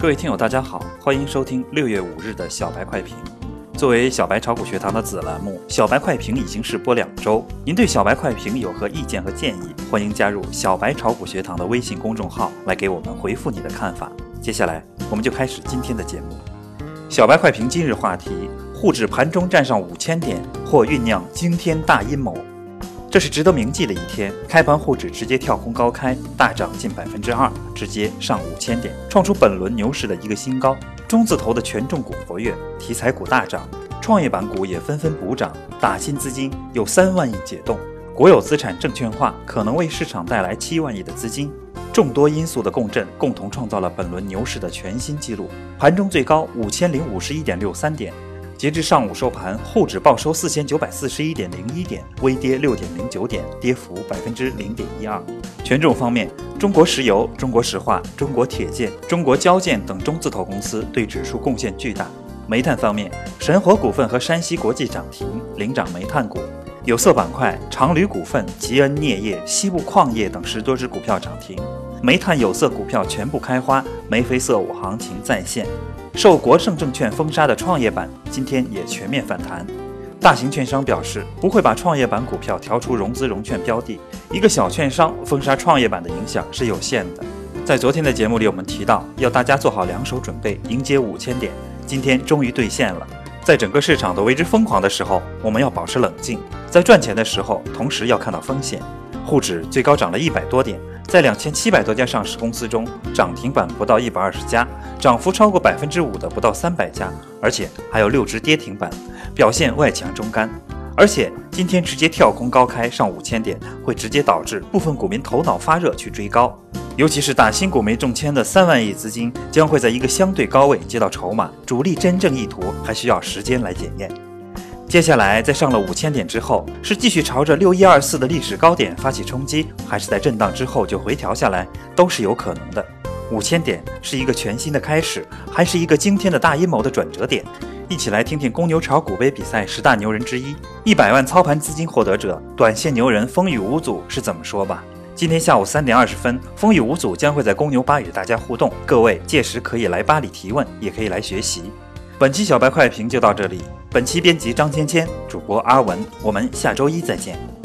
各位听友大家好，欢迎收听6月5日的小白快评。作为小白炒股学堂的子栏目，小白快评已经试播2周。您对小白快评有何意见和建议，欢迎加入小白炒股学堂的微信公众号来给我们回复你的看法。接下来我们就开始今天的节目。小白快评今日话题：沪指盘中站上5000点，或酝酿惊天大阴谋。这是值得铭记的一天，开盘沪指直接跳空高开，大涨近2%，直接上5000点，创出本轮牛市的一个新高。中字头的权重股活跃，题材股大涨，创业板股也纷纷补涨，打新资金有3万亿解冻，国有资产证券化可能为市场带来7万亿的资金。众多因素的共振，共同创造了本轮牛市的全新纪录，盘中最高5051.63点。截至上午收盘，沪指报收4941.01点，微跌6.09点，跌幅0.12%。权重方面，中国石油、中国石化、中国铁建、中国交建等中字头公司对指数贡献巨大。煤炭方面，神火股份和山西国际涨停，领涨煤炭股。有色板块，长铝股份、吉恩镍业、西部矿业等10多只股票涨停。煤炭有色股票全部开花，眉飞色舞行情再现。受国盛证券封杀的创业板今天也全面反弹。大型券商表示不会把创业板股票调出融资融券标的，一个小券商封杀创业板的影响是有限的。在昨天的节目里，我们提到要大家做好2手准备，迎接5000点，今天终于兑现了。在整个市场都为之疯狂的时候，我们要保持冷静，在赚钱的时候同时要看到风险。沪指最高涨了100多点，在2700多家上市公司中，涨停板不到120家，涨幅超过5%的不到300家，而且还有6只跌停板，表现外强中干。而且今天直接跳空高开上5000点，会直接导致部分股民头脑发热去追高，尤其是打新股没中签的3万亿资金将会在一个相对高位接到筹码，主力真正意图还需要时间来检验。接下来在上了5000点之后，是继续朝着6124的历史高点发起冲击，还是在震荡之后就回调下来，都是有可能的。5000点是一个全新的开始，还是一个惊天的大阴谋的转折点？一起来听听公牛炒股杯比赛10大牛人之一，100万操盘资金获得者、短线牛人风雨无阻是怎么说吧。今天下午3点20分，风雨无阻将会在公牛吧与大家互动，各位届时可以来吧里提问，也可以来学习。本期小白快评就到这里，本期编辑张芊芊，主播阿文，我们下周一再见。